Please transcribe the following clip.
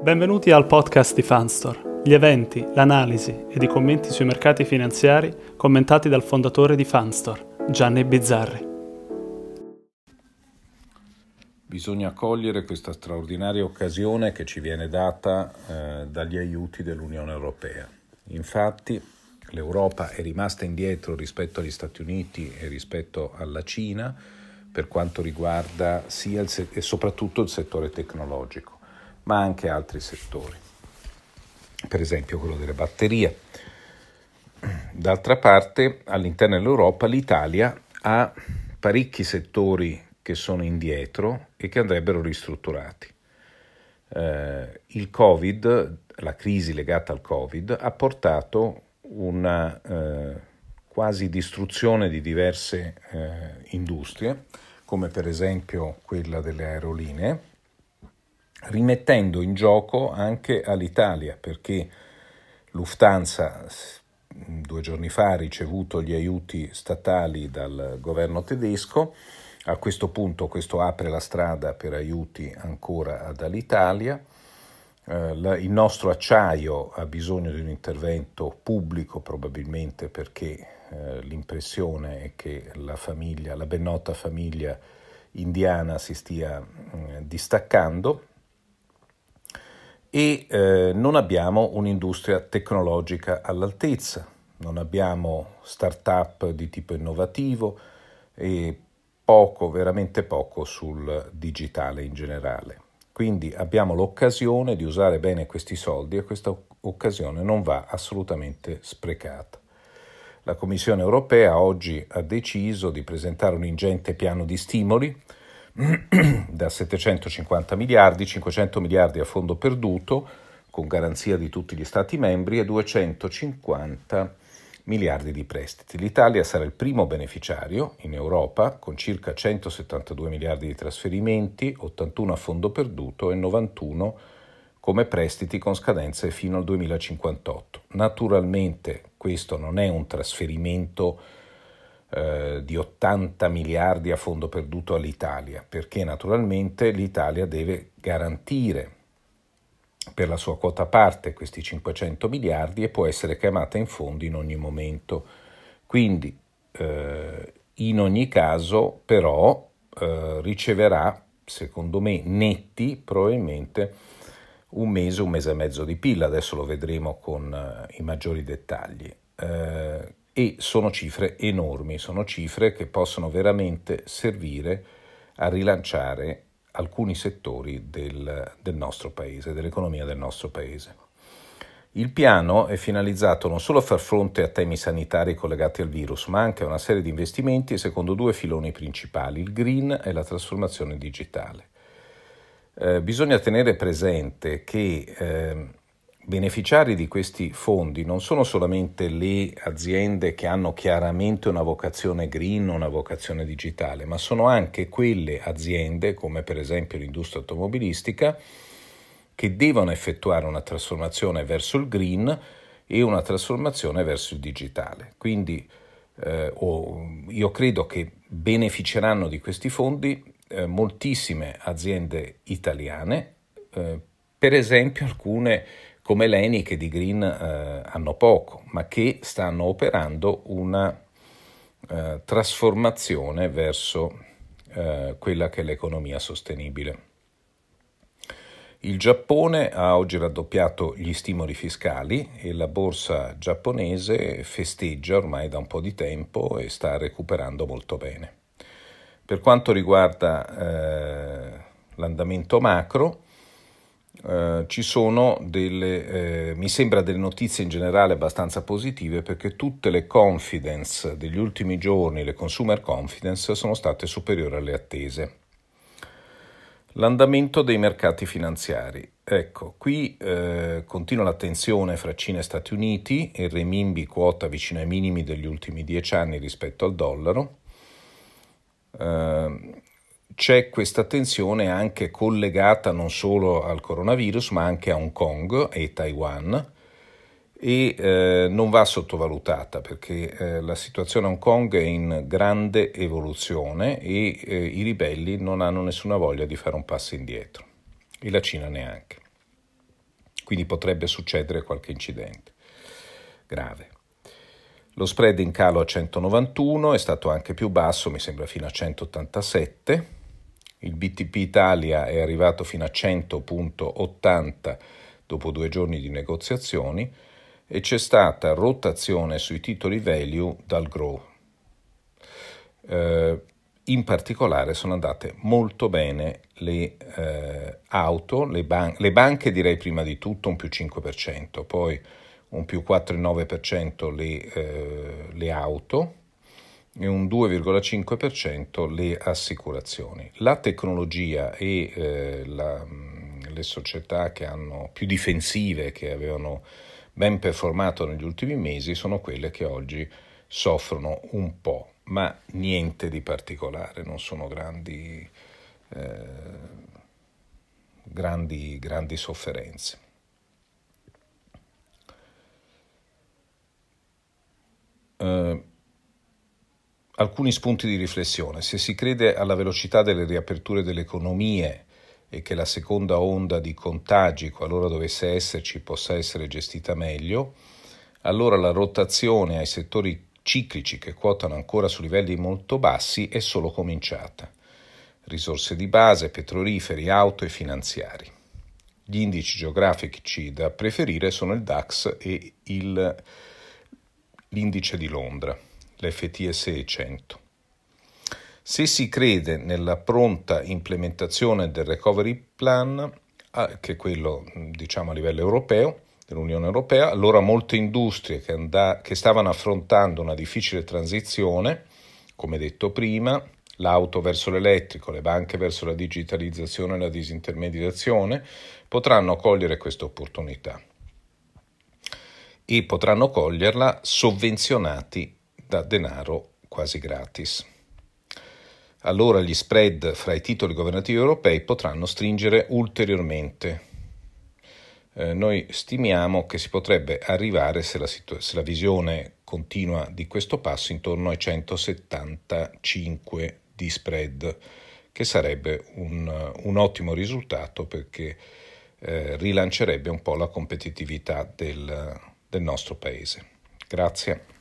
Benvenuti al podcast di Fanstore, gli eventi, l'analisi ed i commenti sui mercati finanziari commentati dal fondatore di Fanstore, Gianni Bizzarri. Bisogna cogliere questa straordinaria occasione che ci viene data dagli aiuti dell'Unione Europea. Infatti l'Europa è rimasta indietro rispetto agli Stati Uniti e rispetto alla Cina per quanto riguarda sia e soprattutto il settore tecnologico, ma anche altri settori, per esempio quello delle batterie. D'altra parte, all'interno dell'Europa l'Italia ha parecchi settori che sono indietro e che andrebbero ristrutturati. Il Covid, la crisi legata al Covid, ha portato una quasi distruzione di diverse industrie, come per esempio quella delle aerolinee, rimettendo in gioco anche all'Italia, perché Lufthansa 2 giorni fa ha ricevuto gli aiuti statali dal governo tedesco. A questo punto questo apre la strada per aiuti ancora dall'Italia. Il nostro acciaio ha bisogno di un intervento pubblico probabilmente perché l'impressione è che la ben nota famiglia indiana si stia distaccando e non abbiamo un'industria tecnologica all'altezza, non abbiamo start-up di tipo innovativo e veramente poco sul digitale in generale. Quindi abbiamo l'occasione di usare bene questi soldi e questa occasione non va assolutamente sprecata. La Commissione europea oggi ha deciso di presentare un ingente piano di stimoli da 750 miliardi, 500 miliardi a fondo perduto, con garanzia di tutti gli Stati membri, e 250 miliardi di prestiti. L'Italia sarà il primo beneficiario in Europa, con circa 172 miliardi di trasferimenti, 81 a fondo perduto e 91 come prestiti con scadenze fino al 2058. Naturalmente questo non è un trasferimento di 80 miliardi a fondo perduto all'Italia, perché naturalmente l'Italia deve garantire per la sua quota parte questi 500 miliardi e può essere chiamata in fondo in ogni momento. Quindi in ogni caso però riceverà, secondo me, netti probabilmente un mese e mezzo di PIL, adesso lo vedremo con i maggiori dettagli. E sono cifre enormi, sono cifre che possono veramente servire a rilanciare alcuni settori del nostro paese, dell'economia del nostro paese. Il piano è finalizzato non solo a far fronte a temi sanitari collegati al virus, ma anche a una serie di investimenti secondo 2 filoni principali, il green e la trasformazione digitale. Bisogna tenere presente che beneficiari di questi fondi non sono solamente le aziende che hanno chiaramente una vocazione green o una vocazione digitale, ma sono anche quelle aziende, come per esempio l'industria automobilistica, che devono effettuare una trasformazione verso il green e una trasformazione verso il digitale. Quindi io credo che beneficeranno di questi fondi moltissime aziende italiane, per esempio alcune come l'Eni, che di green hanno poco, ma che stanno operando una trasformazione verso quella che è l'economia sostenibile. Il Giappone ha oggi raddoppiato gli stimoli fiscali e la borsa giapponese festeggia ormai da un po' di tempo e sta recuperando molto bene. Per quanto riguarda l'andamento macro, ci sono mi sembra delle notizie in generale abbastanza positive, perché tutte le confidence degli ultimi giorni, le consumer confidence, sono state superiori alle attese. L'andamento dei mercati finanziari. Ecco, qui continua la tensione fra Cina e Stati Uniti, il renminbi quota vicino ai minimi degli ultimi 10 anni rispetto al dollaro. C'è questa tensione anche collegata non solo al coronavirus, ma anche a Hong Kong e Taiwan, e non va sottovalutata, perché la situazione a Hong Kong è in grande evoluzione e i ribelli non hanno nessuna voglia di fare un passo indietro, e la Cina neanche. quindi potrebbe succedere qualche incidente grave. Lo spread in calo a 191 è stato anche più basso, mi sembra fino a 187. Il BTP Italia è arrivato fino a 100,80 dopo 2 giorni di negoziazioni e c'è stata rotazione sui titoli value dal grow. In particolare sono andate molto bene le auto, le banche direi prima di tutto un più 5%, poi un più 4,9% le auto e un 2,5% le assicurazioni. La tecnologia e le società che hanno più difensive, che avevano ben performato negli ultimi mesi, sono quelle che oggi soffrono un po', ma niente di particolare, non sono grandi sofferenze. Alcuni spunti di riflessione. Se si crede alla velocità delle riaperture delle economie e che la seconda onda di contagi, qualora dovesse esserci, possa essere gestita meglio, allora la rotazione ai settori ciclici che quotano ancora su livelli molto bassi è solo cominciata. Risorse di base, petroliferi, auto e finanziari. Gli indici geografici da preferire sono il DAX e l'indice di Londra, l'FTSE 100. Se si crede nella pronta implementazione del recovery plan, che è quello a livello europeo, dell'Unione Europea, allora molte industrie che stavano affrontando una difficile transizione, come detto prima, l'auto verso l'elettrico, le banche verso la digitalizzazione e la disintermediazione, potranno cogliere questa opportunità e potranno coglierla sovvenzionati da denaro quasi gratis. Allora gli spread fra i titoli governativi europei potranno stringere ulteriormente. Noi stimiamo che si potrebbe arrivare, se la visione continua di questo passo, intorno ai 175 di spread, che sarebbe un ottimo risultato perché rilancerebbe un po' la competitività del nostro paese. Grazie.